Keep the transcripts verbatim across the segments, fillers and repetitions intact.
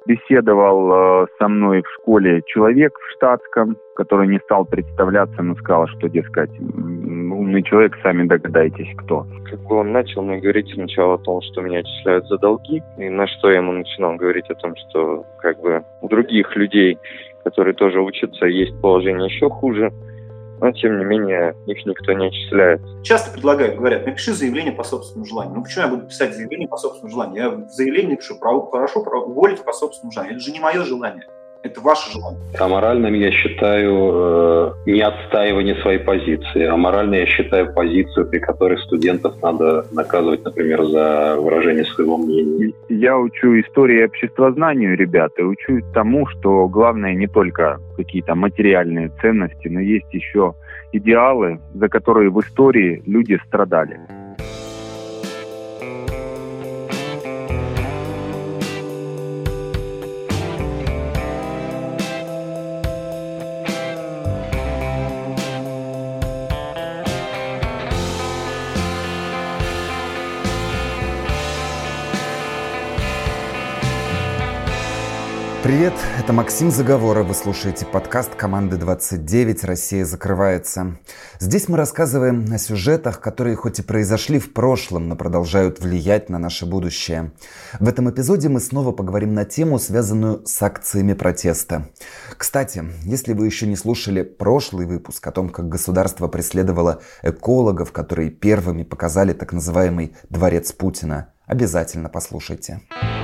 Беседовал э, со мной в школе человек в штатском, который не стал представляться, но сказал, что, дескать, м, умный человек, сами догадайтесь, кто. Как бы он начал мне говорить сначала о том, что меня отчисляют за долги, и на что я ему начинал говорить о том, что как бы у других людей, которые тоже учатся, есть положение еще хуже, но тем не менее их никто не отчисляет. Часто предлагают, говорят, напиши заявление по собственному желанию. Ну почему я буду писать заявление по собственному желанию? Я в заявлении пишу, прошу уволить по собственному желанию. Это же не мое желание. Это ваше желание. Аморальным я считаю э, не отстаивание своей позиции. Аморально я считаю позицию, при которой студентов надо наказывать, например, за выражение своего мнения. Я учу истории и обществознанию, ребята, учу тому, что главное не только какие-то материальные ценности, но есть еще идеалы, за которые в истории люди страдали. Привет, это Максим Заговоров, вы слушаете подкаст команды двадцать девять «Россия закрывается». Здесь мы рассказываем о сюжетах, которые хоть и произошли в прошлом, но продолжают влиять на наше будущее. В этом эпизоде мы снова поговорим на тему, связанную с акциями протеста. Кстати, если вы еще не слушали прошлый выпуск о том, как государство преследовало экологов, которые первыми показали так называемый «Дворец Путина», обязательно послушайте.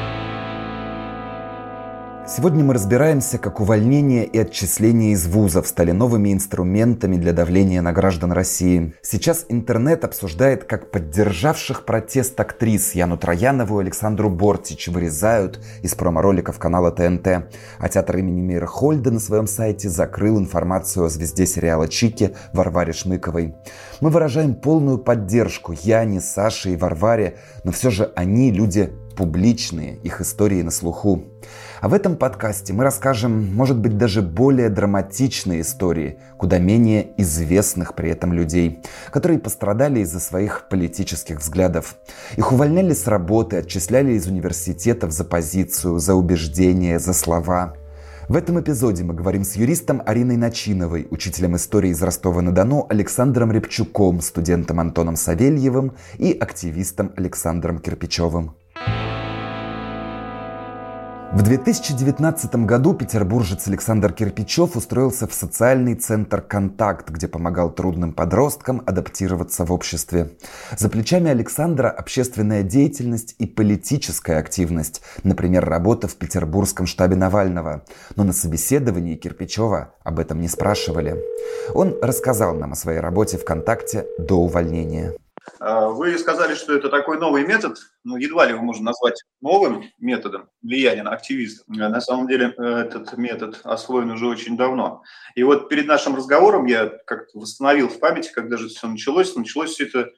Сегодня мы разбираемся, как увольнение и отчисление из вузов стали новыми инструментами для давления на граждан России. Сейчас интернет обсуждает, как поддержавших протест актрис Яну Троянову и Александру Бортич вырезают из промо-роликов канала Тэ Эн Тэ. А театр имени Мейерхольда на своем сайте закрыл информацию о звезде сериала «Чики» Варваре Шмыковой. Мы выражаем полную поддержку Яне, Саше и Варваре, но все же они люди публичные, их истории на слуху. А в этом подкасте мы расскажем, может быть, даже более драматичные истории, куда менее известных при этом людей, которые пострадали из-за своих политических взглядов. Их увольняли с работы, отчисляли из университетов за позицию, за убеждения, за слова. В этом эпизоде мы говорим с юристом Ариной Начиновой, учителем истории из Ростова-на-Дону Александром Рябчуком, студентом Антоном Савельевым и активистом Александром Кирпичевым. В две тысячи девятнадцатом году петербуржец Александр Кирпичев устроился в социальный центр «Контакт», где помогал трудным подросткам адаптироваться в обществе. За плечами Александра общественная деятельность и политическая активность, например, работа в петербургском штабе Навального. Но на собеседовании Кирпичева об этом не спрашивали. Он рассказал нам о своей работе в «Контакте» до увольнения. Вы сказали, что это такой новый метод, ну, едва ли его можно назвать новым методом влияния на активистов. На самом деле этот метод освоен уже очень давно. И вот перед нашим разговором я как-то восстановил в памяти, когда же все началось. Началось все это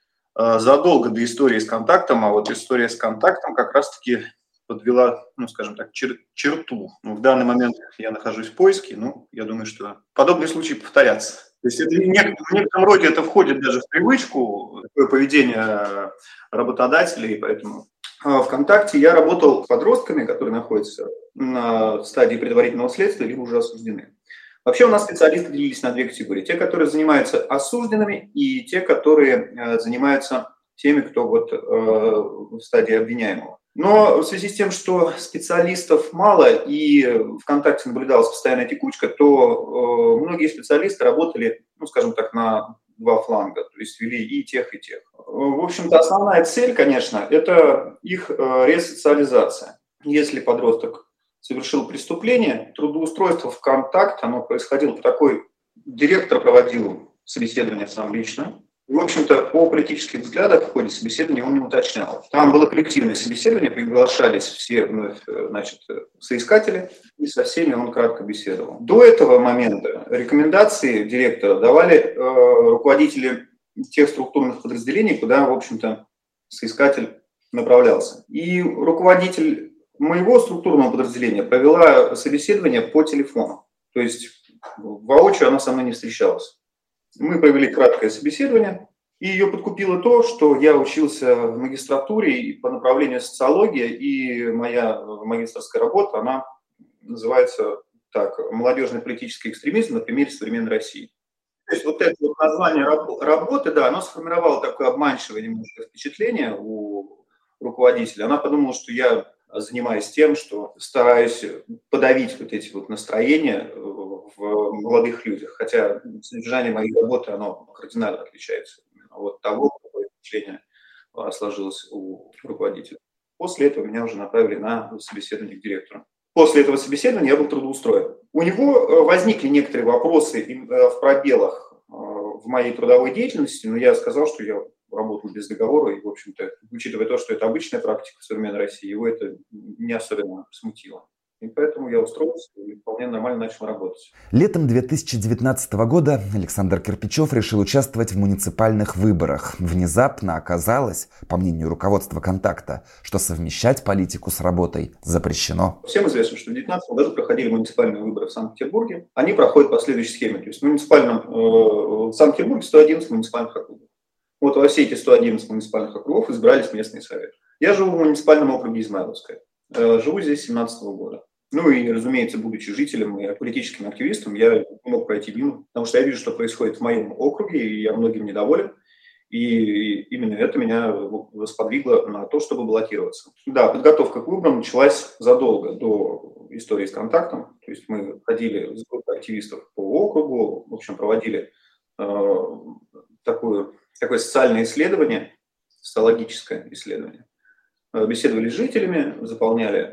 задолго до истории с «Контактом», а вот история с «Контактом» как раз-таки подвела, ну, скажем так, чер- черту. Ну, в данный момент я нахожусь в поиске, ну, я думаю, что подобные случаи повторятся. То есть это в некотором роде это входит даже в привычку, такое поведение работодателей, поэтому в «Контакте» я работал с подростками, которые находятся на стадии предварительного следствия, либо уже осуждены. Вообще у нас специалисты делились на две категории. Те, которые занимаются осужденными, и те, которые занимаются теми, кто вот в стадии обвиняемого. Но в связи с тем, что специалистов мало и в «Контакте» наблюдалась постоянная текучка, то э, многие специалисты работали, ну, скажем так, на два фланга, то есть вели и тех, и тех. В общем-то, основная цель, конечно, это их э, ресоциализация. Если подросток совершил преступление, трудоустройство в «Контакт», оно происходило по такой... Директор проводил собеседование сам лично. В общем-то, по политическим взглядам в ходе собеседования он не уточнял. Там было коллективное собеседование, приглашались все вновь, значит, соискатели, и со всеми он кратко беседовал. До этого момента рекомендации директора давали э, руководители тех структурных подразделений, куда, в общем-то, соискатель направлялся. И руководитель моего структурного подразделения провела собеседование по телефону. То есть воочию она со мной не встречалась. Мы провели краткое собеседование, И ее подкупило то, что я учился в магистратуре по направлению социология, и моя магистерская работа, она называется так «Молодежный политический экстремизм на примере современной России». То есть вот это вот название работы, да, оно сформировало такое обманчивое немножко впечатление у руководителя. Она подумала, что я занимаюсь тем, что стараюсь подавить вот эти вот настроения в молодых людях. Хотя содержание моей работы, оно кардинально отличается от того, какое впечатление сложилось у руководителя. После этого меня уже направили на собеседование к директору. После этого собеседования я был трудоустроен. У него возникли некоторые вопросы в пробелах в моей трудовой деятельности, но я сказал, что я работал без договора, и, в общем-то, учитывая то, что это обычная практика в современной России, его это не особенно смутило. И поэтому я устроился и вполне нормально начал работать. Летом две тысячи девятнадцатого года Александр Кирпичев решил участвовать в муниципальных выборах. Внезапно оказалось, по мнению руководства «Контакта», что совмещать политику с работой запрещено. Всем известно, что в две тысячи девятнадцатом году проходили муниципальные выборы в Санкт-Петербурге. Они проходят по следующей схеме. То есть в муниципальном э, в Санкт-Петербурге сто одиннадцать муниципальных округов. Вот во все эти сто одиннадцать муниципальных округов избрались местные советы. Я живу в муниципальном округе Измайловское. Э, живу здесь с две тысячи семнадцатого года. Ну и, разумеется, будучи жителем и политическим активистом, я не мог пройти мимо, потому что я вижу, что происходит в моем округе, и я многим недоволен. И именно это меня сподвигло на то, чтобы баллотироваться. Да, подготовка к выборам началась задолго до истории с «Контактом». То есть мы ходили с группой активистов по округу, в общем, проводили э, такое, такое социальное исследование, социологическое исследование. Беседовали с жителями, заполняли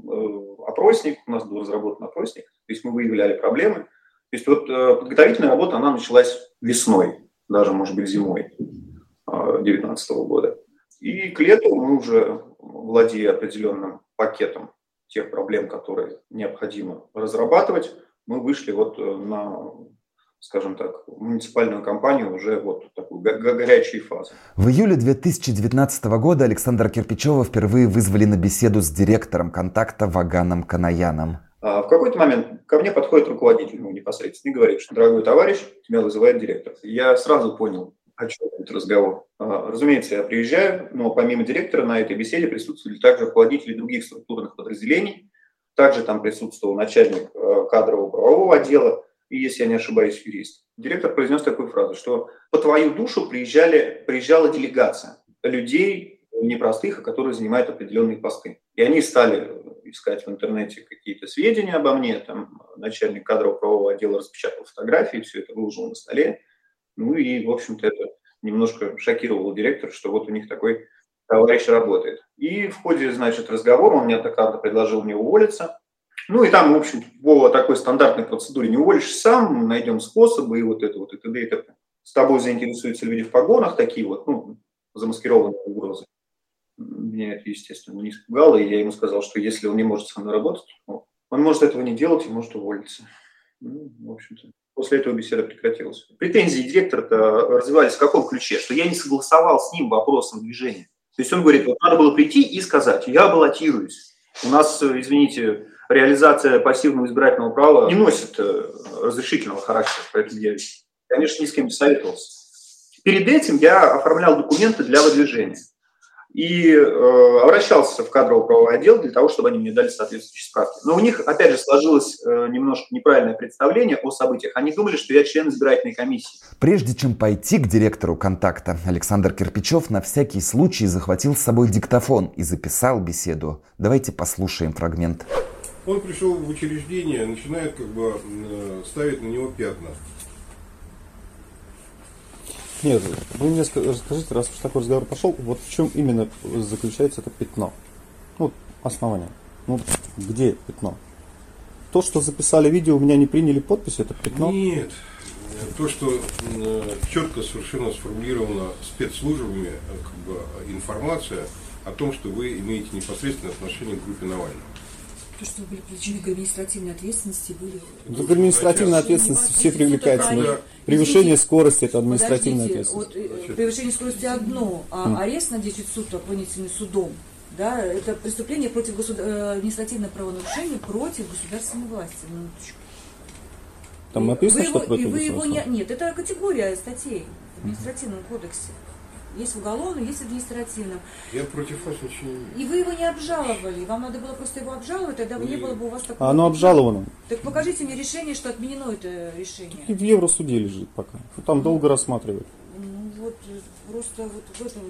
опросник, у нас был разработан опросник, то есть мы выявляли проблемы. То есть вот подготовительная работа, она началась весной, даже, может быть, зимой две тысячи девятнадцатого года. И к лету мы уже, владея определенным пакетом тех проблем, которые необходимо разрабатывать, мы вышли вот на, скажем так, муниципальную кампанию уже вот такую горячей фазы. В июле две тысячи девятнадцатого года Александра Кирпичева впервые вызвали на беседу с директором «Контакта» Ваганом Канаяном. А в какой-то момент ко мне подходит руководитель ну, непосредственно и говорит, что, дорогой товарищ, тебя вызывает директор. И я сразу понял, о чем этот разговор. А, разумеется, я приезжаю, но помимо директора на этой беседе присутствовали также руководители других структурных подразделений. Также там присутствовал начальник кадрового правового отдела, и, если я не ошибаюсь, юрист. Директор произнес такую фразу, что по твою душу приезжали, приезжала делегация людей непростых, которые занимают определенные посты. И они стали искать в интернете какие-то сведения обо мне. Там начальник кадрового правового отдела распечатал фотографии, все это выложил на столе. Ну и, в общем-то, это немножко шокировало директора, что вот у них такой товарищ работает. И в ходе, значит, разговора он мне так предложил мне уволиться. Ну и там, в общем, по такой стандартной процедуре не уволишь сам, найдем способы, и вот это вот, и т.д. и т.п. С тобой заинтересуются люди в погонах, такие вот, ну, замаскированные угрозы. Меня это, естественно, не испугало, и я ему сказал, что если он не может со мной работать, он может этого не делать и может уволиться. Ну, в общем-то, после этого беседа прекратилась. Претензии директора-то развивались в каком ключе? Что я не согласовал с ним вопросом движения. То есть он говорит, вот надо было прийти и сказать, я баллотируюсь. У нас, извините, реализация пассивного избирательного права не носит разрешительного характера, поэтому я, конечно, ни с кем не советовался. Перед этим я оформлял документы для выдвижения и э, обращался в кадровый правовой отдел для того, чтобы они мне дали соответствующие справки. Но у них, опять же, сложилось э, немножко неправильное представление о событиях. Они думали, что я член избирательной комиссии. Прежде чем пойти к директору «Контакта», Александр Кирпичев на всякий случай захватил с собой диктофон и записал беседу. Давайте послушаем фрагмент. Он пришел в учреждение, начинает как бы ставить на него пятна. Нет, вы мне расскажите, раз уж такой разговор пошел, вот в чем именно заключается это пятно? Ну, основание. Ну, где пятно? То, что записали видео, у меня не приняли подпись, это пятно? Нет. То, что четко совершенно сформулирована спецслужбами как бы, информация о том, что вы имеете непосредственное отношение к группе Навального. То, что вы были привлечены к административной ответственности, были... Ну, к административной ответственности все привлекаются. Да. Превышение скорости – это административная ответственность. Вот, превышение скорости одно, а mm. арест на десять суток, вынесенный судом, да, это преступление против государ... административного правонарушения против государственной власти. Там написано, вы что его, против и вы его не, государства? Нет, это категория статей в административном кодексе. Есть в уголовном, есть в административном. Я против вас ничего не имею. И вы его не обжаловали. Вам надо было просто его обжаловать, тогда бы не было бы у вас такого... А оно обжаловано. Так покажите мне решение, что отменено это решение. И в Евросуде лежит пока. Там долго рассматривают. Ну вот, просто вот в этом...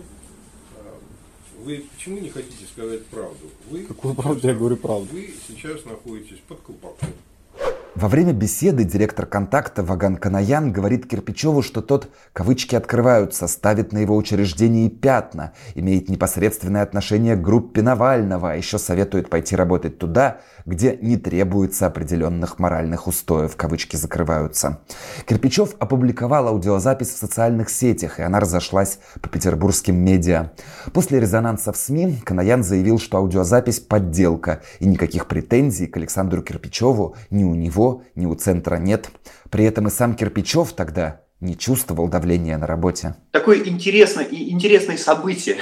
Вы почему не хотите сказать правду? Вы Какую правду? Я говорю правду. Вы сейчас находитесь под колпаком. Во время беседы директор «Контакта» Ваган Канаян говорит Кирпичеву, что тот, кавычки открываются, ставит на его учреждении пятна, имеет непосредственное отношение к группе Навального, а еще советует пойти работать туда, где не требуется определенных моральных устоев, кавычки закрываются. Кирпичев опубликовал аудиозапись в социальных сетях, и она разошлась по петербургским медиа. После резонанса в СМИ Канаян заявил, что аудиозапись – подделка, и никаких претензий к Александру Кирпичеву ни у него, ни у центра нет. При этом и сам Кирпичев тогда не чувствовал давления на работе. Такое интересное, интересное событие,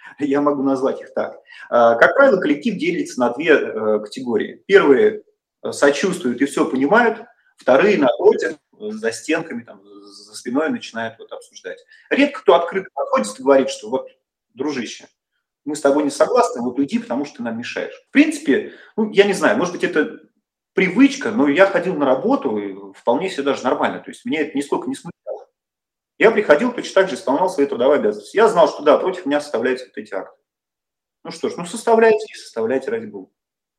я могу назвать их так. Как правило, коллектив делится на две категории. Первые сочувствуют и все понимают, вторые, напротив, за стенками, там, за спиной начинают вот обсуждать. Редко кто открыто подходит и говорит, что вот, дружище, мы с тобой не согласны, вот уйди, потому что ты нам мешаешь. В принципе, ну, я не знаю, может быть, это привычка, но я ходил на работу и вполне себе даже нормально, то есть меня это нисколько не смущало. Я приходил, точно так же исполнял свои трудовые обязанности. Я знал, что да, против меня составляются вот эти акты. Ну что ж, ну составляйте и составляйте, ради бога.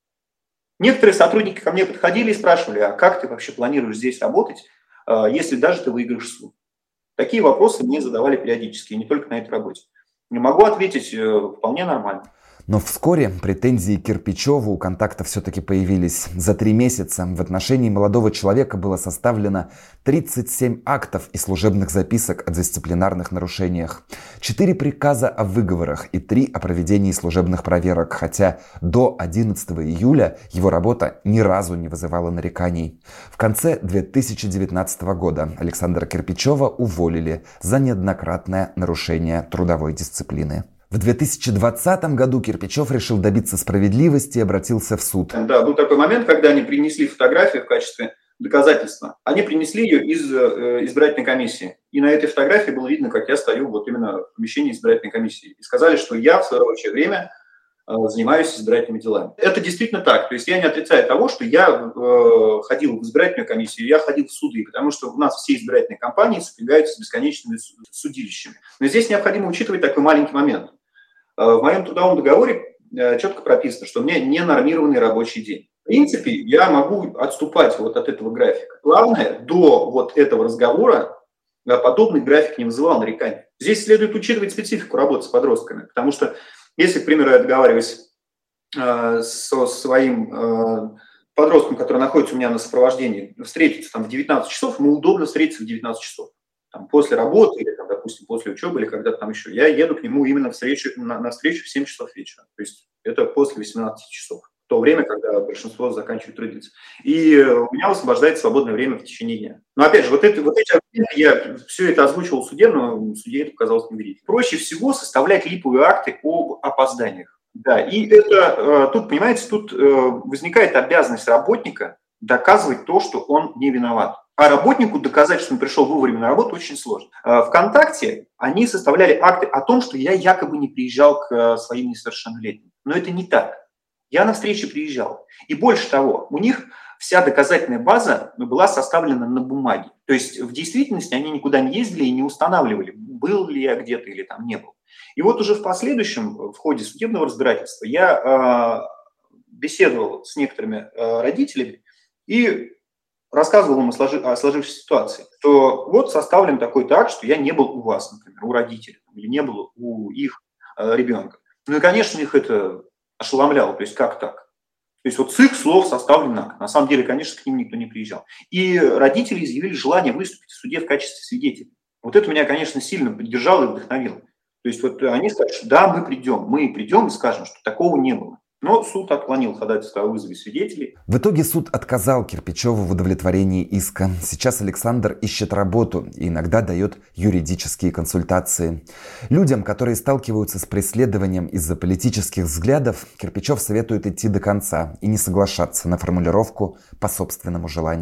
Некоторые сотрудники ко мне подходили и спрашивали, а как ты вообще планируешь здесь работать, если даже ты выиграешь суд? Такие вопросы мне задавали периодически, и не только на этой работе. Не могу ответить, вполне нормально. Но вскоре претензии к Кирпичеву у «Контакта» все-таки появились. За три месяца в отношении молодого человека было составлено тридцать семь актов и служебных записок о дисциплинарных нарушениях, четыре приказа о выговорах и три о проведении служебных проверок, хотя до одиннадцатого июля его работа ни разу не вызывала нареканий. В конце две тысячи девятнадцатого года Александра Кирпичева уволили за неоднократное нарушение трудовой дисциплины. В две тысячи двадцатом году Кирпичев решил добиться справедливости и обратился в суд. Да, был такой момент, когда они принесли фотографию в качестве доказательства. Они принесли ее из э, избирательной комиссии. И на этой фотографии было видно, как я стою вот именно в помещении избирательной комиссии. И сказали, что я в свое рабочее время э, занимаюсь избирательными делами. Это действительно так. То есть я не отрицаю того, что я э, ходил в избирательную комиссию, я ходил в суды, потому что у нас все избирательные кампании сопрягаются с бесконечными судилищами. Но здесь необходимо учитывать такой маленький момент. В моем трудовом договоре четко прописано, что у меня ненормированный рабочий день. В принципе, я могу отступать вот от этого графика. Главное, до вот этого разговора подобный график не вызывал нареканий. Здесь следует учитывать специфику работы с подростками, потому что если, к примеру, я договариваюсь со своим подростком, который находится у меня на сопровождении, встретиться там в девятнадцать часов, ему удобно встретиться в девятнадцать часов. Там, после работы или, там, допустим, после учебы или когда-то там еще, я еду к нему именно встречу, на, на встречу в семь часов вечера. То есть это после восемнадцати часов. В то время, когда большинство заканчивает трудиться. И у меня высвобождается свободное время в течение дня. Но опять же, вот, это, вот эти аргументы, я все это озвучивал в суде, но суде это показалось неверительным. Проще всего составлять липовые акты об опозданиях. Да, и это, тут, понимаете, тут возникает обязанность работника доказывать то, что он не виноват. А работнику доказать, что он пришел вовремя на работу, очень сложно. ВКонтакте они составляли акты о том, что я якобы не приезжал к своим несовершеннолетним. Но это не так. Я на встречу приезжал. И больше того, у них вся доказательная база была составлена на бумаге. То есть в действительности они никуда не ездили и не устанавливали, был ли я где-то или там не был. И вот уже в последующем, в ходе судебного разбирательства, я э, беседовал с некоторыми э, родителями и рассказывал им о, сложи, о сложившейся ситуации, что вот составлен такой-то акт, что я не был у вас, например, у родителей, или не был у их э, ребенка. Ну и, конечно, их это ошеломляло, то есть как так? То есть вот с их слов составлен акт. На самом деле, конечно, к ним никто не приезжал. И родители изъявили желание выступить в суде в качестве свидетелей. Вот это меня, конечно, сильно поддержало и вдохновило. То есть вот они сказали, что да, мы придем, мы придем и скажем, что такого не было. Но суд отклонил ходатайство о вызове свидетелей. В итоге суд отказал Кирпичеву в удовлетворении иска. Сейчас Александр ищет работу и иногда дает юридические консультации. Людям, которые сталкиваются с преследованием из-за политических взглядов, Кирпичев советует идти до конца и не соглашаться на формулировку «по собственному желанию».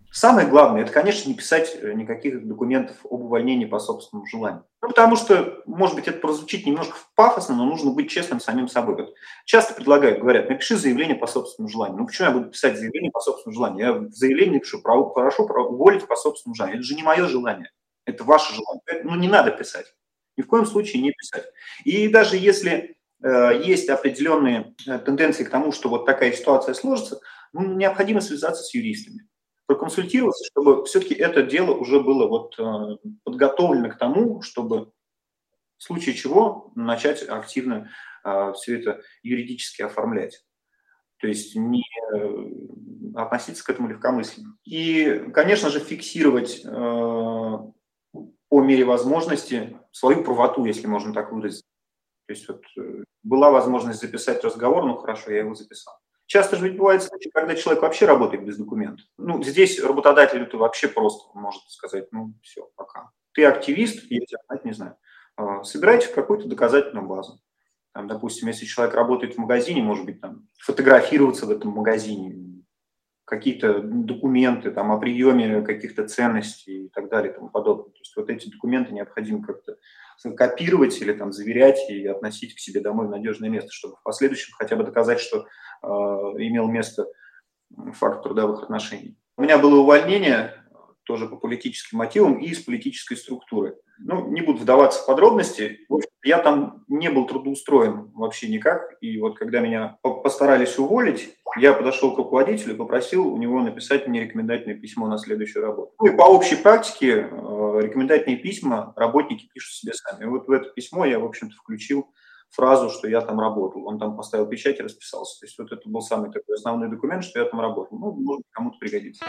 Самое главное, это, конечно, не писать никаких документов об увольнении по собственному желанию. Ну, потому что, может быть, это прозвучит немножко пафосно, но нужно быть честным самим собой. Вот часто предлагают, говорят, напиши заявление по собственному желанию. Ну, почему я буду писать заявление по собственному желанию? Я в заявлении напишу, прошу уволить по собственному желанию. Это же не мое желание, это ваше желание. Ну, не надо писать. Ни в коем случае не писать. И даже если э, есть определенные тенденции к тому, что вот такая ситуация сложится, ну, необходимо связаться с юристами, проконсультироваться, чтобы все-таки это дело уже было вот, э, подготовлено к тому, чтобы в случае чего начать активно э, все это юридически оформлять. То есть не э, относиться к этому легкомысленно. И, конечно же, фиксировать э, по мере возможности свою правоту, если можно так выразить. То есть вот, э, была возможность записать разговор, ну хорошо, я его записал. Часто же ведь бывает случаи, когда человек вообще работает без документов. Ну, здесь работодателю-то вообще просто может сказать, ну, все, пока. Ты активист, я тебя знать не знаю. Собирайте какую-то доказательную базу. Там, допустим, если человек работает в магазине, может быть, там, фотографироваться в этом магазине, какие-то документы там, о приеме каких-то ценностей и так далее и тому подобное. То есть вот эти документы необходимо как-то копировать или там, заверять и относить к себе домой в надежное место, чтобы в последующем хотя бы доказать, что э, имел место факт трудовых отношений. У меня было увольнение тоже по политическим мотивам и из политической структуры. Ну, не буду вдаваться в подробности. В общем, я там не был трудоустроен вообще никак. И вот когда меня постарались уволить, я подошел к руководителю и попросил у него написать мне рекомендательное письмо на следующую работу. Ну и по общей практике рекомендательные письма работники пишут себе сами. И вот в это письмо я, в общем-то, включил фразу, что я там работал. Он там поставил печать и расписался. То есть вот это был самый такой основной документ, что я там работал. Ну, может, кому-то пригодится.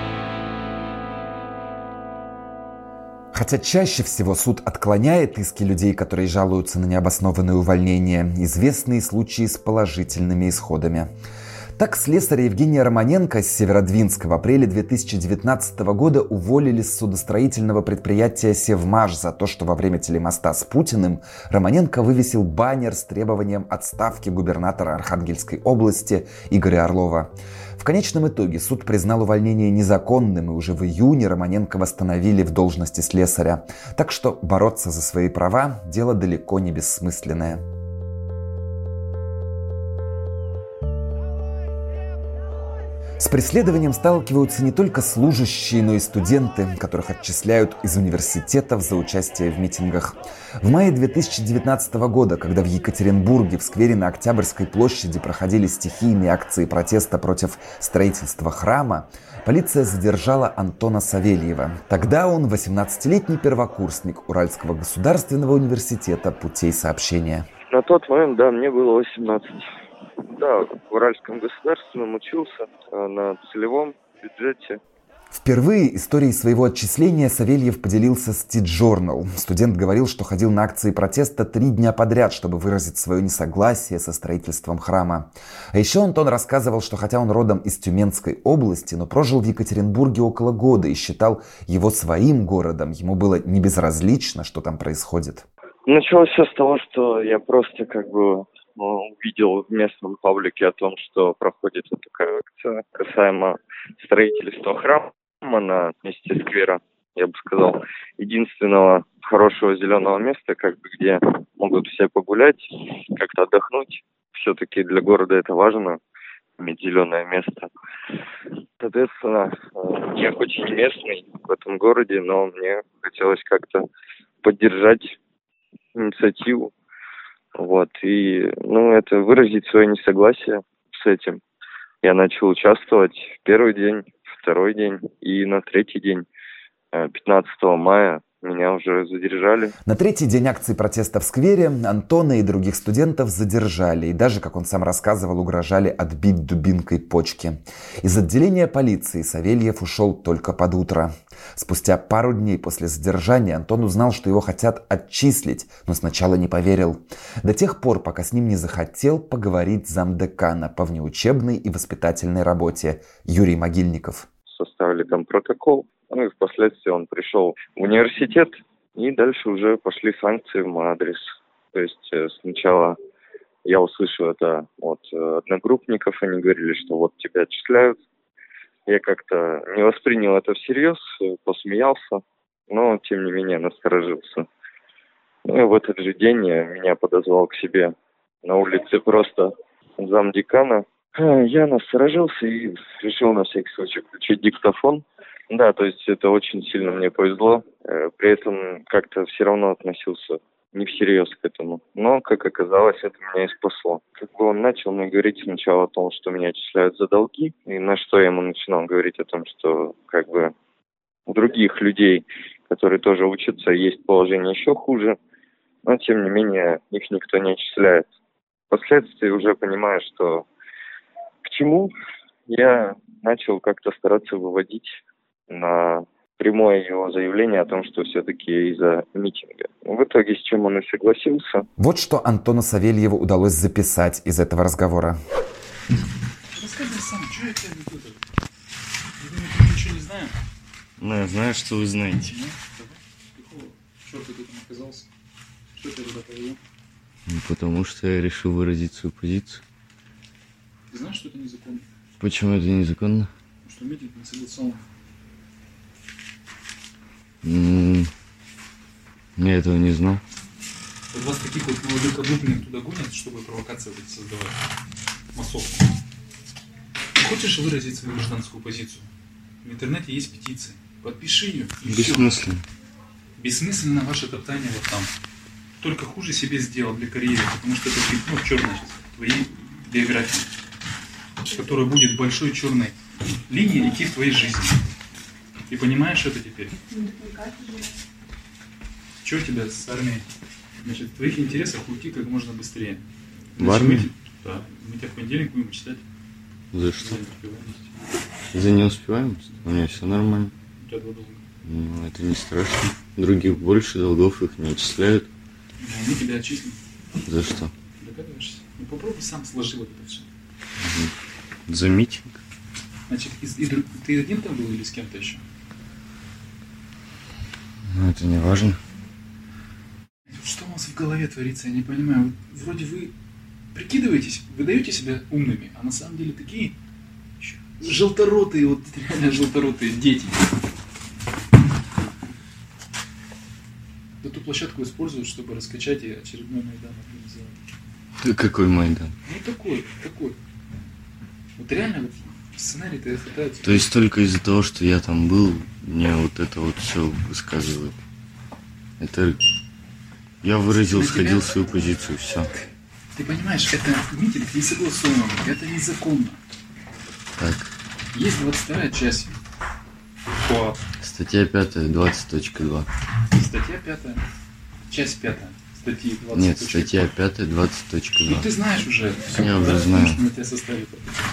Хотя чаще всего суд отклоняет иски людей, которые жалуются на необоснованные увольнения, известные случаи с положительными исходами. Так, слесаря Евгения Романенко с Северодвинска в апреле две тысячи девятнадцатого года уволили с судостроительного предприятия «Севмаш» за то, что во время телемоста с Путиным Романенко вывесил баннер с требованием отставки губернатора Архангельской области Игоря Орлова. В конечном итоге суд признал увольнение незаконным, и уже в июне Романенко восстановили в должности слесаря. Так что бороться за свои права – дело далеко не бессмысленное. С преследованием сталкиваются не только служащие, но и студенты, которых отчисляют из университетов за участие в митингах. В мае две тысячи девятнадцатого года, когда в Екатеринбурге в сквере на Октябрьской площади проходили стихийные акции протеста против строительства храма, полиция задержала Антона Савельева. Тогда он восемнадцатилетний первокурсник Уральского государственного университета путей сообщения. На тот момент, да, мне было восемнадцать. Да, в Уральском государственном учился на целевом бюджете. Впервые историей своего отчисления Савельев поделился с Ти-Джорнал. Студент говорил, что ходил на акции протеста три дня подряд, чтобы выразить свое несогласие со строительством храма. А еще Антон рассказывал, что хотя он родом из Тюменской области, но прожил в Екатеринбурге около года и считал его своим городом. Ему было не безразлично, что там происходит. Началось все с того, что я просто как бы увидел в местном паблике о том, что проходит такая акция касаемо строительства храма на месте сквера, я бы сказал, единственного хорошего зеленого места, как бы, где могут все погулять, как-то отдохнуть. Все-таки для города это важно, иметь зеленое место. Соответственно, я хоть и не местный в этом городе, но мне хотелось как-то поддержать инициативу. Вот, и, ну, это выразить свое несогласие с этим. Я начал участвовать в первый день, второй день и на третий день, пятнадцатого мая, меня уже задержали. На третий день акции протеста в сквере Антона и других студентов задержали. И даже, как он сам рассказывал, угрожали отбить дубинкой почки. Из отделения полиции Савельев ушел только под утро. Спустя пару дней после задержания Антон узнал, что его хотят отчислить, но сначала не поверил. До тех пор, пока с ним не захотел поговорить замдекана по внеучебной и воспитательной работе Юрий Могильников. Составили там протокол. Ну и впоследствии он пришел в университет, и дальше уже пошли санкции в мой адрес. То есть сначала я услышал это от одногруппников, они говорили, что вот тебя отчисляют. Я как-то не воспринял это всерьез, посмеялся, но, тем не менее, насторожился. Ну и в этот же день меня подозвал к себе на улице просто замдекана. Я насторожился и решил на всякий случай включить диктофон. Да, то есть это очень сильно мне повезло. При этом как-то все равно относился не всерьез к этому. Но, как оказалось, это меня и спасло. Как бы он начал мне говорить сначала о том, что меня отчисляют за долги, и на что я ему начинал говорить о том, что как бы у других людей, которые тоже учатся, есть положение еще хуже, но, тем не менее, их никто не отчисляет. Впоследствии уже понимая, что к чему, я начал как-то стараться выводить на прямое его заявление о том, что все-таки из-за митинга. В итоге с чем он и согласился. Вот что Антону Савельеву удалось записать из этого разговора. Расскажи сам, что я тебе не буду? Мы ничего не знаем? Ну, я знаю, что вы знаете. Ну, давай. Какого черта ты там оказался? Что тебя туда повело? Ну, потому что я решил выразить свою позицию. Ты знаешь, что это незаконно? Почему это незаконно? Потому что митинг не согласован. М-м- я этого не знал. Вот вас таких вот молодых облупленных туда гонят, чтобы провокации вот эти создавать. Массовку. Ты хочешь выразить свою гражданскую позицию? В интернете есть петиции. Подпиши ее. Бессмысленно. Все. Бессмысленно ваше топтание вот там. Только хуже себе сделал для карьеры, потому что это пятно в черной твоей биографии, которая будет большой черной линией идти в твоей жизни. Ты понимаешь это теперь? Что у тебя с армией? Значит, в твоих интересах уйти как можно быстрее. Значит, в армию? Мы, да, мы тебя в понедельник будем читать. За что? За неуспеваемость? У меня все нормально. У тебя два долга. Ну, это не страшно. Других больше долгов, их не отчисляют. Но они тебя отчислят. За что? Догадываешься? Ну попробуй сам сложи вот это все. Угу. За митинг. Значит, и, и, ты один там был или с кем-то еще? Ну, это не важно. Что у вас в голове творится, я не понимаю. Вроде вы прикидываетесь, вы даете себя умными, а на самом деле такие желторотые, вот реально желторотые дети. Эту площадку используют, чтобы раскачать и очередной Майдан организовать. Какой Майдан? Ну такой, такой. Вот реально вот сценарий-то хватает. То есть только из-за того, что я там был, мне вот это вот все высказывают. Это я выразил, сходил свою позицию, все. Ты понимаешь, это митинг не согласован, это незаконно. Так. Есть двадцать вторая часть. По... Статья пятая, двадцать точка два. Статья пятая, часть пятая, статьи двадцать. Нет, статья пятая, двадцать точка два. Ну ты знаешь уже. Я уже знаю. Что на тебя составит.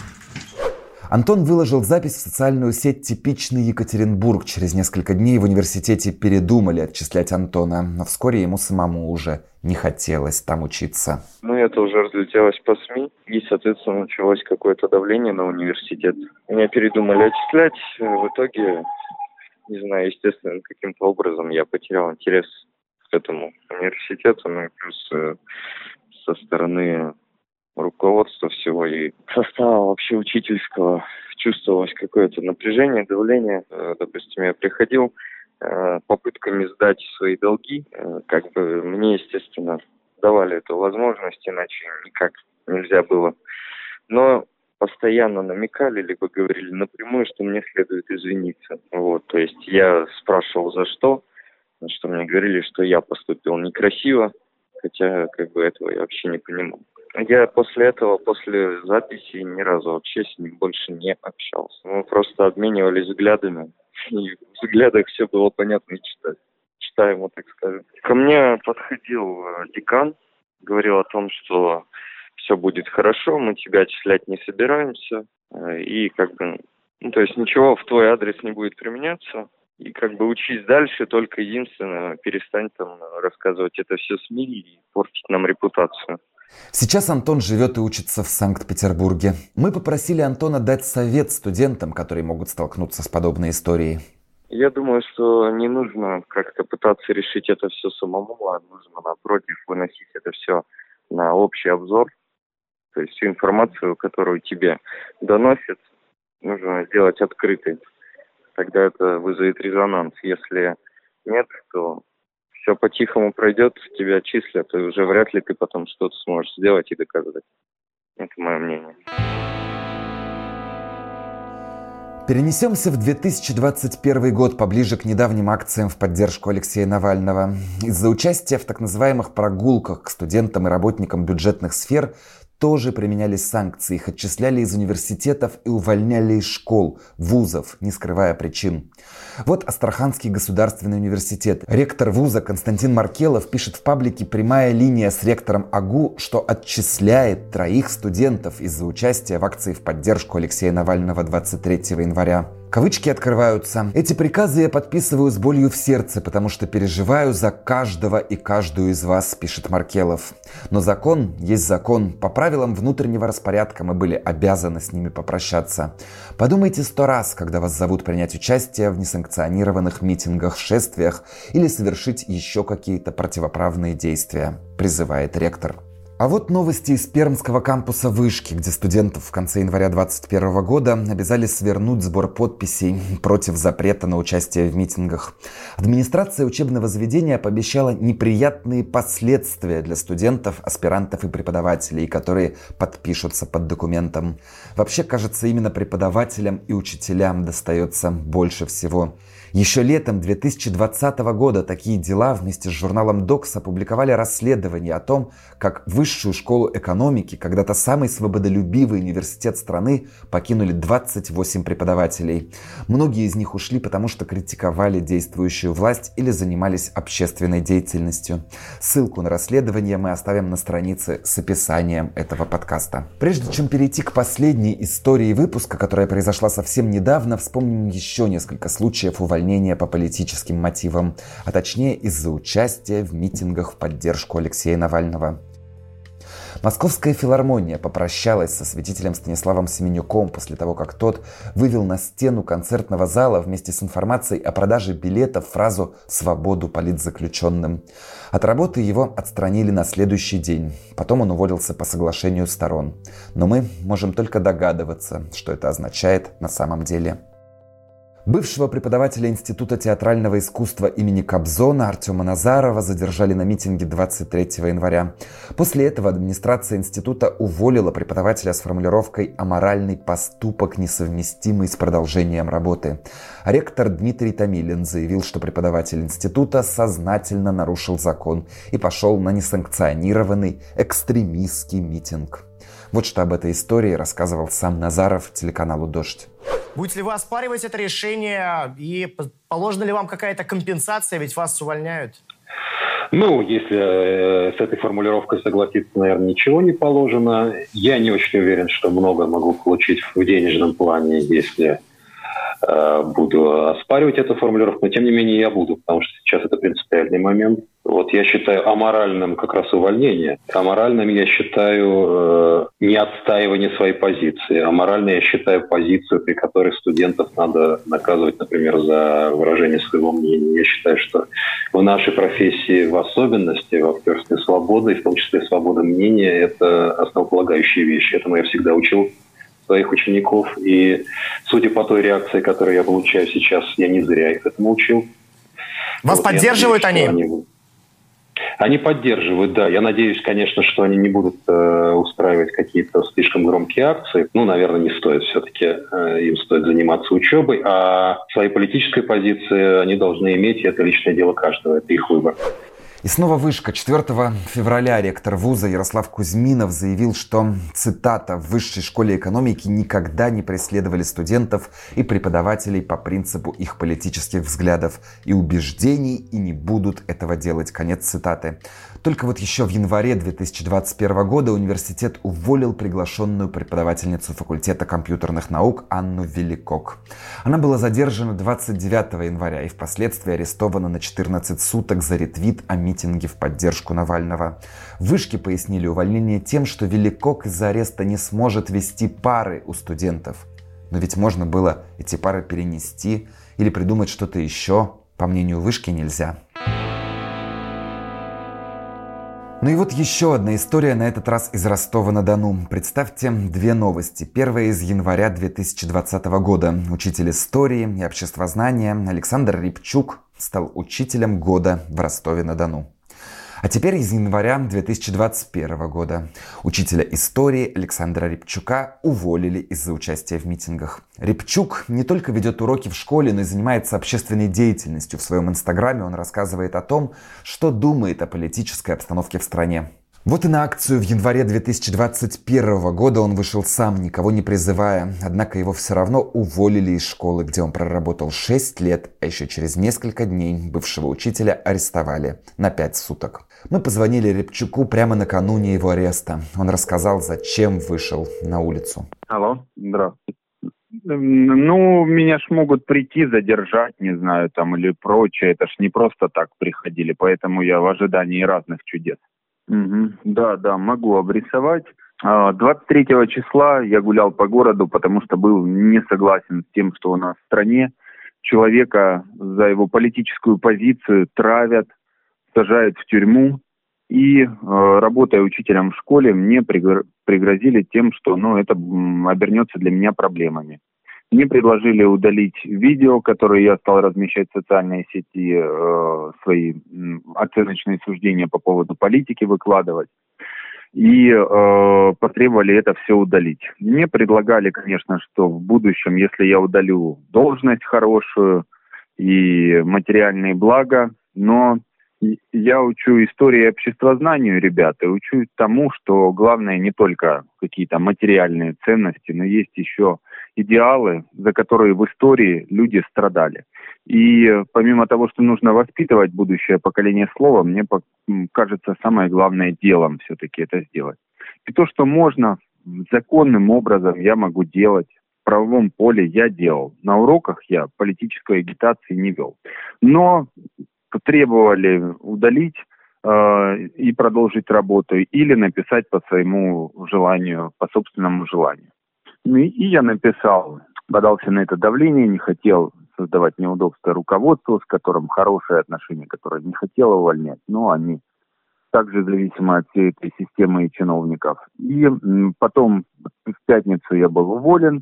Антон выложил запись в социальную сеть «Типичный Екатеринбург». Через несколько дней в университете передумали отчислять Антона, но вскоре ему самому уже не хотелось там учиться. Ну, это уже разлетелось по СМИ, и, соответственно, началось какое-то давление на университет. Меня передумали отчислять, в итоге, не знаю, естественно, каким-то образом я потерял интерес к этому университету, ну и плюс э, со стороны руководства всего и состава вообще учительского чувствовалось какое-то напряжение, давление. Допустим, я приходил э, попытками сдать свои долги, э, как бы мне, естественно, давали эту возможность, иначе никак нельзя было. Но постоянно намекали, либо говорили напрямую, что мне следует извиниться. Вот, то есть я спрашивал, за что, на что мне говорили, что я поступил некрасиво, хотя как бы этого я вообще не понимал. Я после этого, после записи, ни разу вообще с ним больше не общался. Мы просто обменивались взглядами, и в взглядах все было понятно и читать. Читаемо, так скажем. Ко мне подходил декан, говорил о том, что все будет хорошо, мы тебя отчислять не собираемся, и как бы, ну, то есть ничего в твой адрес не будет применяться. И как бы учись дальше, только единственное, перестань там рассказывать это все СМИ и портить нам репутацию. Сейчас Антон живет и учится в Санкт-Петербурге. Мы попросили Антона дать совет студентам, которые могут столкнуться с подобной историей. Я думаю, что не нужно как-то пытаться решить это все самому, а нужно, напротив, выносить это все на общий обзор. То есть всю информацию, которую тебе доносят, нужно сделать открытой. Тогда это вызовет резонанс. Если нет, то все по-тихому пройдет, тебя числят, и уже вряд ли ты потом что-то сможешь сделать и доказать. Это мое мнение. Перенесемся в две тысячи двадцать первый год, поближе к недавним акциям в поддержку Алексея Навального. Из-за участия в так называемых прогулках к студентам и работникам бюджетных сфер тоже применялись санкции. Их отчисляли из университетов и увольняли из школ, вузов, не скрывая причин. Вот Астраханский государственный университет. Ректор вуза Константин Маркелов пишет в паблике «Прямая линия» с ректором АГУ, что отчисляет троих студентов из-за участия в акции в поддержку Алексея Навального двадцать третьего января. Кавычки открываются. «Эти приказы я подписываю с болью в сердце, потому что переживаю за каждого и каждую из вас», пишет Маркелов. Но закон есть закон. По правилам внутреннего распорядка мы были обязаны с ними попрощаться. Подумайте сто раз, когда вас зовут принять участие в несанкционированных митингах, шествиях или совершить еще какие-то противоправные действия, призывает ректор. А вот новости из пермского кампуса Вышки, где студентов в конце января двадцать первого года обязали свернуть сбор подписей против запрета на участие в митингах. Администрация учебного заведения пообещала неприятные последствия для студентов, аспирантов и преподавателей, которые подпишутся под документом. Вообще, кажется, именно преподавателям и учителям достается больше всего. Еще летом две тысячи двадцатого года такие дела вместе с журналом «Докс» опубликовали расследование о том, как высшую школу экономики, когда-то самый свободолюбивый университет страны, покинули двадцать восемь преподавателей. Многие из них ушли, потому что критиковали действующую власть или занимались общественной деятельностью. Ссылку на расследование мы оставим на странице с описанием этого подкаста. Прежде чем перейти к последней истории выпуска, которая произошла совсем недавно, вспомним еще несколько случаев увольнения по политическим мотивам, а точнее из-за участия в митингах в поддержку Алексея Навального. Московская филармония попрощалась со святителем Станиславом Семенюком после того, как тот вывел на стену концертного зала вместе с информацией о продаже билетов фразу «Свободу политзаключенным». От работы его отстранили на следующий день. Потом он уволился по соглашению сторон. Но мы можем только догадываться, что это означает на самом деле. Бывшего преподавателя Института театрального искусства имени Кобзона Артема Назарова задержали на митинге двадцать третьего января. После этого администрация института уволила преподавателя с формулировкой «аморальный поступок, несовместимый с продолжением работы». А ректор Дмитрий Томилин заявил, что преподаватель института сознательно нарушил закон и пошел на несанкционированный экстремистский митинг. Вот что об этой истории рассказывал сам Назаров телеканалу «Дождь». Будете ли вы оспаривать это решение и положена ли вам какая-то компенсация, ведь вас увольняют? Ну, если э, с этой формулировкой согласиться, наверное, ничего не положено. Я не очень уверен, что много могу получить в денежном плане, если э, буду оспаривать эту формулировку, но тем не менее я буду, потому что сейчас это принципиальный момент. Вот я считаю аморальным как раз увольнение. Аморальным я считаю э, не отстаивание своей позиции. Аморальным я считаю позицию, при которой студентов надо наказывать, например, за выражение своего мнения. Я считаю, что в нашей профессии в особенности, в актерстве свободы, и в том числе свобода мнения, это основополагающие вещи. Этому я всегда учил своих учеников. И судя по той реакции, которую я получаю сейчас, я не зря их этому учил. Вас вот поддерживают надеюсь, они? они? Они поддерживают, да. Я надеюсь, конечно, что они не будут э, устраивать какие-то слишком громкие акции. Ну, наверное, не стоит все-таки. Э, им стоит заниматься учебой. А своей политической позиции они должны иметь, и это личное дело каждого. Это их выбор. И снова Вышка. четвёртого февраля ректор вуза Ярослав Кузьминов заявил, что, цитата, «в высшей школе экономики никогда не преследовали студентов и преподавателей по принципу их политических взглядов и убеждений и не будут этого делать». Конец цитаты. Только вот еще в январе две тысячи двадцать первого года университет уволил приглашенную преподавательницу факультета компьютерных наук Анну Великок. Она была задержана двадцать девятого января и впоследствии арестована на четырнадцать суток за ретвит о митинге в поддержку Навального. В Вышке пояснили увольнение тем, что Великок из-за ареста не сможет вести пары у студентов. Но ведь можно было эти пары перенести или придумать что-то еще. По мнению Вышки, нельзя. Ну и вот еще одна история, на этот раз из Ростова-на-Дону. Представьте две новости. Первая из января две тысячи двадцатого года. Учитель истории и обществознания Александр Рябчук стал учителем года в Ростове-на-Дону. А теперь из января две тысячи двадцать первого года. Учителя истории Александра Рябчука уволили из-за участия в митингах. Рябчук не только ведет уроки в школе, но и занимается общественной деятельностью. В своем инстаграме он рассказывает о том, что думает о политической обстановке в стране. Вот и на акцию в январе две тысячи двадцать первого года он вышел сам, никого не призывая. Однако его все равно уволили из школы, где он проработал шесть лет, а еще через несколько дней бывшего учителя арестовали на пять суток. Мы позвонили Рябчуку прямо накануне его ареста. Он рассказал, зачем вышел на улицу. Алло, здравствуйте. Ну, меня ж могут прийти, задержать, не знаю, там, или прочее. Это ж не просто так приходили, поэтому я в ожидании разных чудес. Угу. Да, да, могу обрисовать. двадцать третьего числа я гулял по городу, потому что был не согласен с тем, что у нас в стране человека за его политическую позицию травят, сажают в тюрьму. И, э, работая учителем в школе, мне пригрозили тем, что ну, это обернется для меня проблемами. Мне предложили удалить видео, которое я стал размещать в социальной сети, э, свои оценочные суждения по поводу политики выкладывать. И э, потребовали это все удалить. Мне предлагали, конечно, что в будущем, если я удалю должность хорошую и материальные блага, но я учу истории и обществознанию, ребята, учу тому, что главное не только какие-то материальные ценности, но есть еще идеалы, за которые в истории люди страдали. И помимо того, что нужно воспитывать будущее поколение слова, мне кажется, самое главное делом все-таки это сделать. И то, что можно законным образом, я могу делать. В правовом поле я делал. На уроках я политической агитации не вел. Но требовали удалить э, и продолжить работу или написать по своему желанию, по собственному желанию. Ну и, и я написал, подался на это давление, не хотел создавать неудобства руководству, с которым хорошие отношения, которое не хотело увольнять, но они также зависимы от всей этой системы и чиновников. И м, потом в пятницу я был уволен.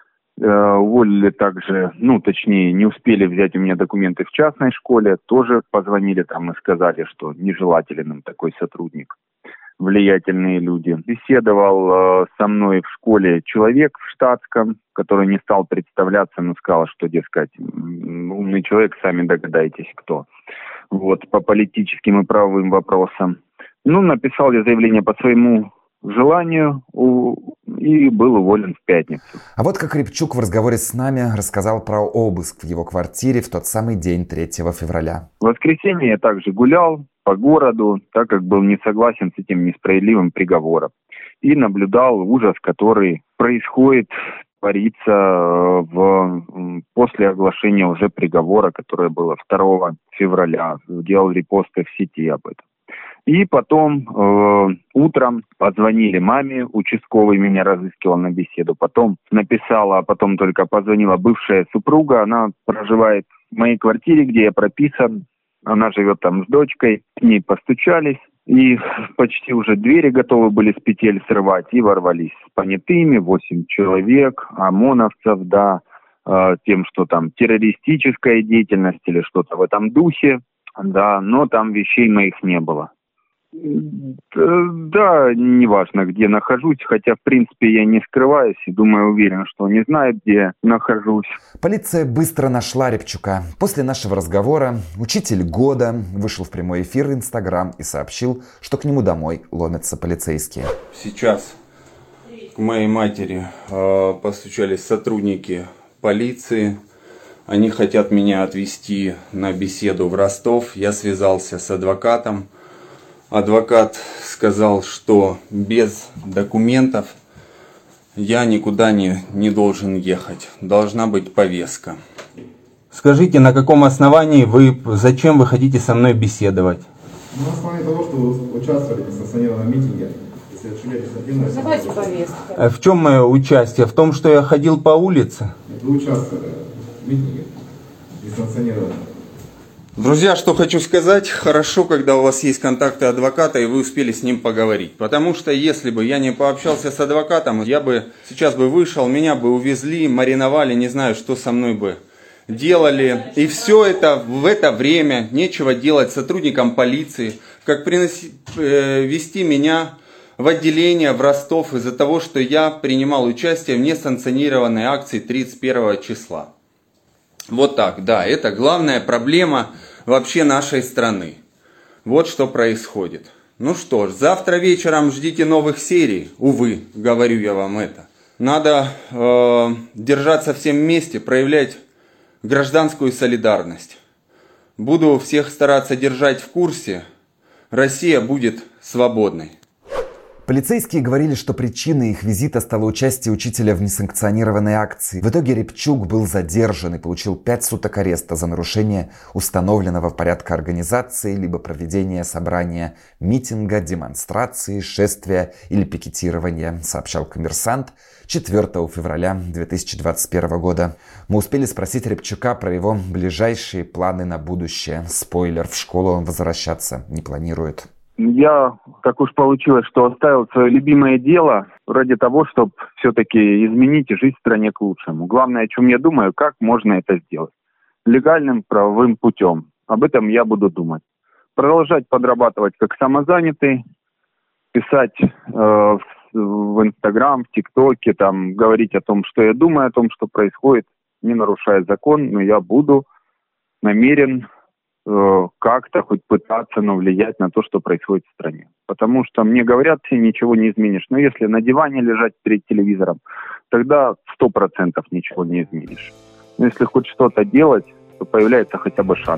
Э, уволили также, ну, точнее, не успели взять у меня документы в частной школе, тоже позвонили там и сказали, что нежелателен им такой сотрудник, влиятельные люди. Беседовал э, со мной в школе человек в штатском, который не стал представляться, но сказал, что, дескать, умный человек, сами догадаетесь, кто. Вот, по политическим и правовым вопросам. Ну, написал я заявление по своему желанию и был уволен в пятницу. А вот как Рябчук в разговоре с нами рассказал про обыск в его квартире в тот самый день третьего февраля. В воскресенье я также гулял по городу, так как был не согласен с этим несправедливым приговором. И наблюдал ужас, который происходит, творится в, после оглашения уже приговора, которое было второго февраля. Делал репосты в сети об этом. И потом э, утром позвонили маме, участковый меня разыскивал на беседу. Потом написала, а потом только позвонила бывшая супруга. Она проживает в моей квартире, где я прописан. Она живет там с дочкой. К ней постучались. И почти уже двери готовы были с петель срывать. И ворвались с понятыми, восемь человек, ОМОНовцев, да, э, тем, что там террористическая деятельность или что-то в этом духе. Да, но там вещей моих не было. Да, неважно, где нахожусь, хотя, в принципе, я не скрываюсь и, думаю, уверен, что не знает, где нахожусь. Полиция быстро нашла Рябчука. После нашего разговора учитель года вышел в прямой эфир в Инстаграм и сообщил, что к нему домой ломятся полицейские. Сейчас к моей матери э, постучались сотрудники полиции. Они хотят меня отвезти на беседу в Ростов. Я связался с адвокатом. Адвокат сказал, что без документов я никуда не, не должен ехать. Должна быть повестка. Скажите, на каком основании вы, зачем вы хотите со мной беседовать? На основании того, что вы участвовали в несанкционированном митинге. Давайте повестку. А в чем мое участие? В том, что я ходил по улице? Вы участвовали в митинге несанкционированном. Друзья, что хочу сказать, хорошо, когда у вас есть контакты адвоката и вы успели с ним поговорить. Потому что если бы я не пообщался с адвокатом, я бы сейчас бы вышел, меня бы увезли, мариновали, не знаю, что со мной бы делали. И все это в это время нечего делать сотрудникам полиции, как приносить, э, вести меня в отделение в Ростов из-за того, что я принимал участие в несанкционированной акции тридцать первого числа. Вот так, да, это главная проблема вообще нашей страны. Вот что происходит. Ну что ж, завтра вечером ждите новых серий. Увы, говорю я вам это. Надо э, держаться всем вместе, проявлять гражданскую солидарность. Буду всех стараться держать в курсе. Россия будет свободной. Полицейские говорили, что причиной их визита стало участие учителя в несанкционированной акции. В итоге Рябчук был задержан и получил пять суток ареста за нарушение установленного порядка организации либо проведения собрания, митинга, демонстрации, шествия или пикетирования, сообщал «Коммерсант» четвёртого февраля две тысячи двадцать первого года. Мы успели спросить Рябчука про его ближайшие планы на будущее. Спойлер, в школу он возвращаться не планирует. Я, так уж получилось, что оставил свое любимое дело ради того, чтобы все-таки изменить жизнь в стране к лучшему. Главное, о чем я думаю, как можно это сделать. Легальным правовым путем. Об этом я буду думать. Продолжать подрабатывать как самозанятый, писать э, в, в Инстаграм, в ТикТоке, там, говорить о том, что я думаю, о том, что происходит, не нарушая закон, но я буду намерен как-то хоть пытаться, но влиять на то, что происходит в стране. Потому что мне говорят, ты ничего не изменишь. Но если на диване лежать перед телевизором, тогда сто процентов ничего не изменишь. Но если хоть что-то делать, то появляется хотя бы шанс.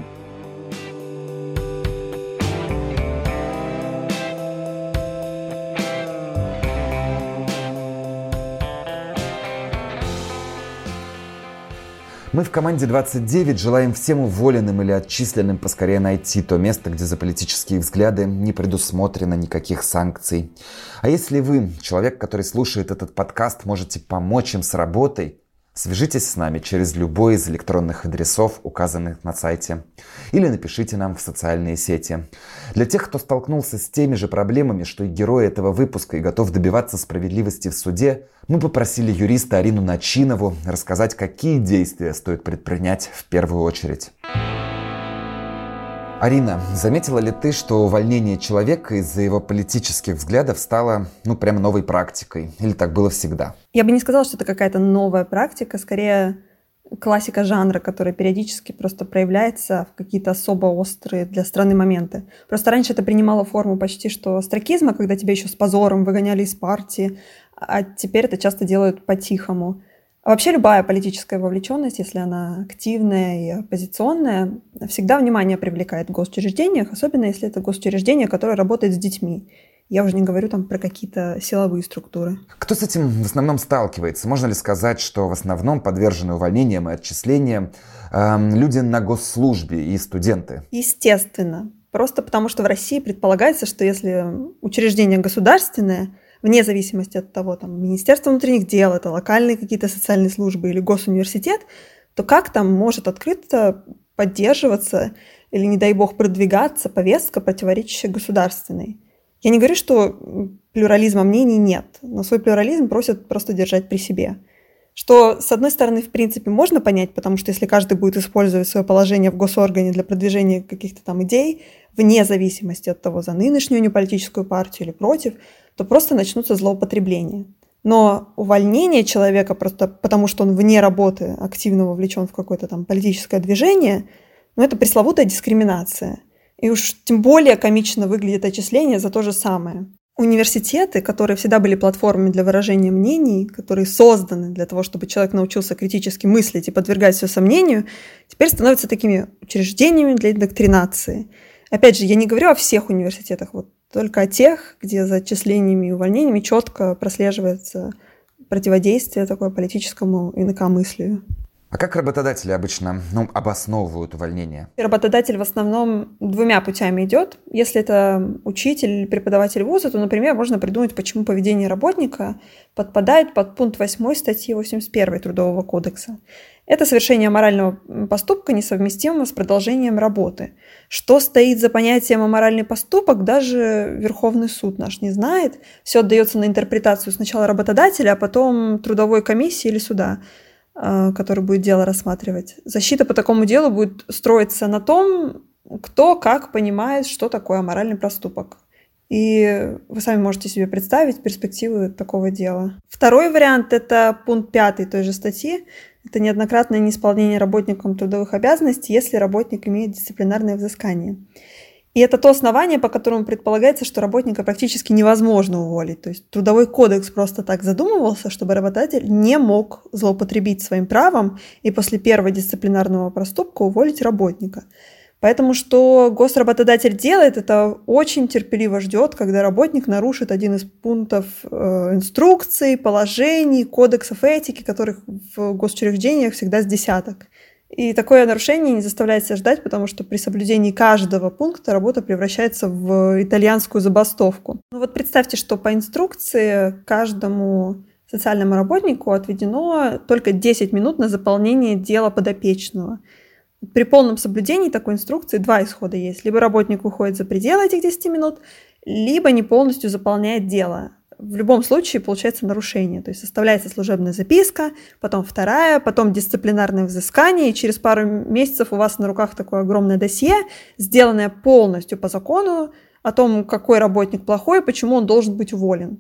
Мы в команде двадцать девять желаем всем уволенным или отчисленным поскорее найти то место, где за политические взгляды не предусмотрено никаких санкций. А если вы, человек, который слушает этот подкаст, можете помочь им с работой, свяжитесь с нами через любой из электронных адресов, указанных на сайте, или напишите нам в социальные сети. Для тех, кто столкнулся с теми же проблемами, что и герои этого выпуска, и готов добиваться справедливости в суде, мы попросили юриста Арину Начинову рассказать, какие действия стоит предпринять в первую очередь. Арина, заметила ли ты, что увольнение человека из-за его политических взглядов стало, ну, прямо новой практикой? Или так было всегда? Я бы не сказала, что это какая-то новая практика, скорее классика жанра, которая периодически просто проявляется в какие-то особо острые для страны моменты. Просто раньше это принимало форму почти что остракизма, когда тебя еще с позором выгоняли из партии, а теперь это часто делают по-тихому. А вообще любая политическая вовлеченность, если она активная и оппозиционная, всегда внимание привлекает в госучреждениях, особенно если это госучреждение, которое работает с детьми. Я уже не говорю там про какие-то силовые структуры. Кто с этим в основном сталкивается? Можно ли сказать, что в основном подвержены увольнениям и отчислениям э, люди на госслужбе и студенты? Естественно. Просто потому, что в России предполагается, что если учреждение государственное, вне зависимости от того, там, Министерство внутренних дел, это локальные какие-то социальные службы или госуниверситет, то как там может открыто поддерживаться или, не дай бог, продвигаться повестка, противоречащая государственной? Я не говорю, что плюрализма мнений нет, но свой плюрализм просят просто держать при себе. Что, с одной стороны, в принципе, можно понять, потому что если каждый будет использовать свое положение в госоргане для продвижения каких-то там идей, вне зависимости от того, за нынешнюю неполитическую партию или против, то просто начнутся злоупотребления. Но увольнение человека просто потому, что он вне работы активно вовлечен в какое-то там политическое движение, ну, это пресловутая дискриминация. И уж тем более комично выглядит отчисление за то же самое. Университеты, которые всегда были платформами для выражения мнений, которые созданы для того, чтобы человек научился критически мыслить и подвергать все сомнению, теперь становятся такими учреждениями для индоктринации. Опять же, я не говорю о всех университетах, вот только о тех, где за отчислениями и увольнениями четко прослеживается противодействие такое политическому инакомыслию. А как работодатели обычно ну, обосновывают увольнение? Работодатель в основном двумя путями идет. Если это учитель или преподаватель вуза, то, например, можно придумать, почему поведение работника подпадает под пункт восьмой статьи восемьдесят первой Трудового кодекса. Это совершение аморального поступка, несовместимого с продолжением работы. Что стоит за понятием аморальный поступок, даже Верховный суд наш не знает. Все отдается на интерпретацию сначала работодателя, а потом трудовой комиссии или суда, который будет дело рассматривать. Защита по такому делу будет строиться на том, кто как понимает, что такое аморальный проступок. И вы сами можете себе представить перспективы такого дела. Второй вариант – это пункт пятый той же статьи. Это неоднократное неисполнение работником трудовых обязанностей, если работник имеет дисциплинарное взыскание. И это то основание, по которому предполагается, что работника практически невозможно уволить. То есть Трудовой кодекс просто так задумывался, чтобы работодатель не мог злоупотребить своим правом и после первого дисциплинарного проступка уволить работника. Поэтому что госработодатель делает, это очень терпеливо ждет, когда работник нарушит один из пунктов э, инструкций, положений, кодексов этики, которых в госучреждениях всегда с десяток. И такое нарушение не заставляет себя ждать, потому что при соблюдении каждого пункта работа превращается в итальянскую забастовку. Ну вот представьте, что по инструкции каждому социальному работнику отведено только десять минут на заполнение дела подопечного. При полном соблюдении такой инструкции два исхода есть. Либо работник выходит за пределы этих десяти минут, либо не полностью заполняет дело. В любом случае получается нарушение. То есть составляется служебная записка, потом вторая, потом дисциплинарное взыскание, и через пару месяцев у вас на руках такое огромное досье, сделанное полностью по закону о том, какой работник плохой и почему он должен быть уволен.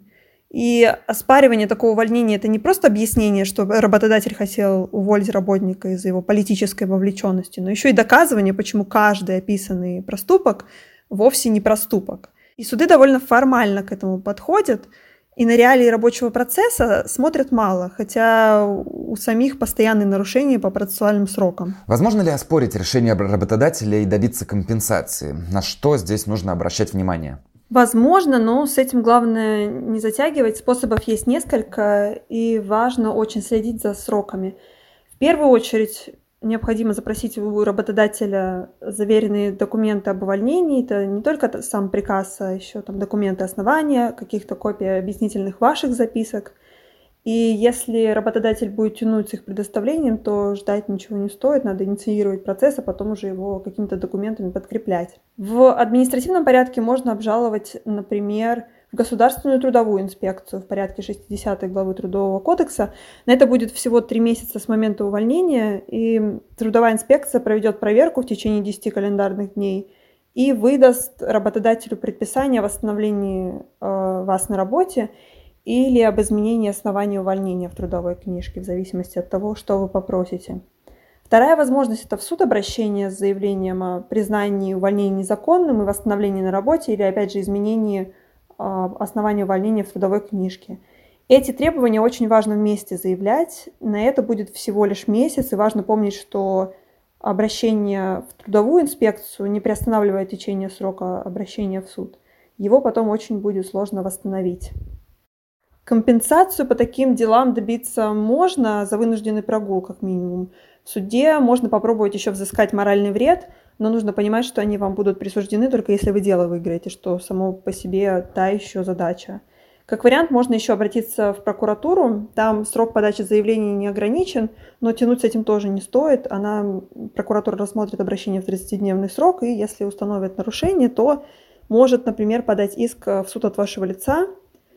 И оспаривание такого увольнения – это не просто объяснение, что работодатель хотел уволить работника из-за его политической вовлеченности, но еще и доказывание, почему каждый описанный проступок вовсе не проступок. И суды довольно формально к этому подходят, и на реалии рабочего процесса смотрят мало, хотя у самих постоянные нарушения по процессуальным срокам. Возможно ли оспорить решение работодателя и добиться компенсации? На что здесь нужно обращать внимание? Возможно, но с этим главное не затягивать. Способов есть несколько, и важно очень следить за сроками. В первую очередь необходимо запросить у работодателя заверенные документы об увольнении. Это не только сам приказ, а еще там документы основания, каких-то копий объяснительных ваших записок. И если работодатель будет тянуть с их предоставлением, то ждать ничего не стоит, надо инициировать процесс, а потом уже его какими-то документами подкреплять. В административном порядке можно обжаловать, например, в Государственную трудовую инспекцию в порядке шестидесятой главы Трудового кодекса. На это будет всего три месяца с момента увольнения, и трудовая инспекция проведет проверку в течение десяти календарных дней и выдаст работодателю предписание о восстановлении э, вас на работе или об изменении основания увольнения в трудовой книжке, в зависимости от того, что вы попросите. Вторая возможность – это в суд обращение с заявлением о признании увольнения незаконным и восстановлении на работе или, опять же, изменении основания увольнения в трудовой книжке. Эти требования очень важно вместе заявлять. На это будет всего лишь месяц, и важно помнить, что обращение в трудовую инспекцию не приостанавливает течение срока обращения в суд. Его потом очень будет сложно восстановить. Компенсацию по таким делам добиться можно за вынужденный прогул, как минимум. В суде можно попробовать еще взыскать моральный вред, но нужно понимать, что они вам будут присуждены только если вы дело выиграете, что само по себе та еще задача. Как вариант, можно еще обратиться в прокуратуру. Там срок подачи заявления не ограничен, но тянуть с этим тоже не стоит. Она, прокуратура рассмотрит обращение в тридцатидневный срок, и если установит нарушение, то может, например, подать иск в суд от вашего лица.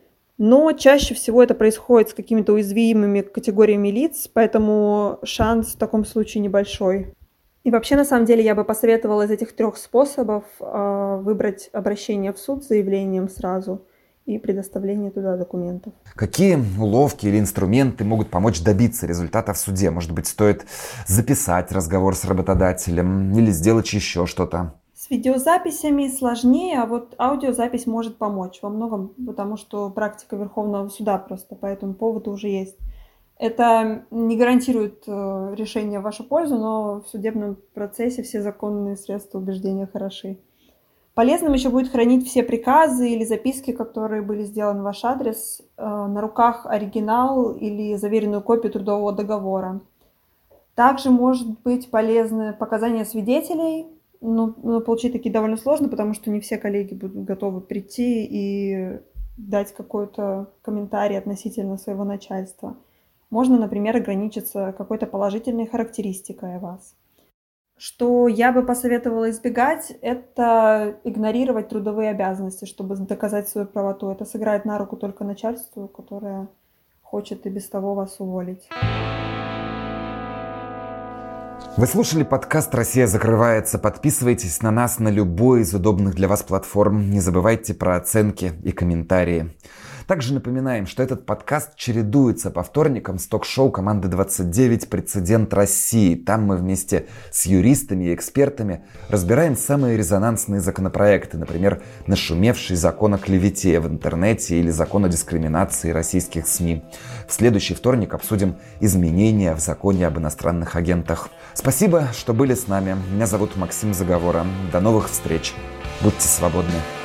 Но чаще всего это происходит с какими-то уязвимыми категориями лиц, поэтому шанс в таком случае небольшой. И вообще, на самом деле, я бы посоветовала из этих трех способов э, выбрать обращение в суд с заявлением сразу и предоставление туда документов. Какие уловки или инструменты могут помочь добиться результата в суде? Может быть, стоит записать разговор с работодателем или сделать еще что-то? С видеозаписями сложнее, а вот аудиозапись может помочь во многом, потому что практика Верховного суда просто по этому поводу уже есть. Это не гарантирует решение в вашу пользу, но в судебном процессе все законные средства убеждения хороши. Полезным еще будет хранить все приказы или записки, которые были сделаны в ваш адрес, на руках оригинал или заверенную копию трудового договора. Также может быть полезны показания свидетелей, но, но получить такие довольно сложно, потому что не все коллеги будут готовы прийти и дать какой-то комментарий относительно своего начальства. Можно, например, ограничиться какой-то положительной характеристикой о вас. Что я бы посоветовала избегать, это игнорировать трудовые обязанности, чтобы доказать свою правоту. Это сыграет на руку только начальству, которое хочет и без того вас уволить. Вы слушали подкаст «Россия закрывается». Подписывайтесь на нас на любой из удобных для вас платформ. Не забывайте про оценки и комментарии. Также напоминаем, что этот подкаст чередуется по вторникам с ток-шоу команды двадцать девять «Прецедент России». Там мы вместе с юристами и экспертами разбираем самые резонансные законопроекты, например, нашумевший закон о клевете в интернете или закон о дискриминации российских СМИ. В следующий вторник обсудим изменения в законе об иностранных агентах. Спасибо, что были с нами. Меня зовут Максим Заговора. До новых встреч. Будьте свободны.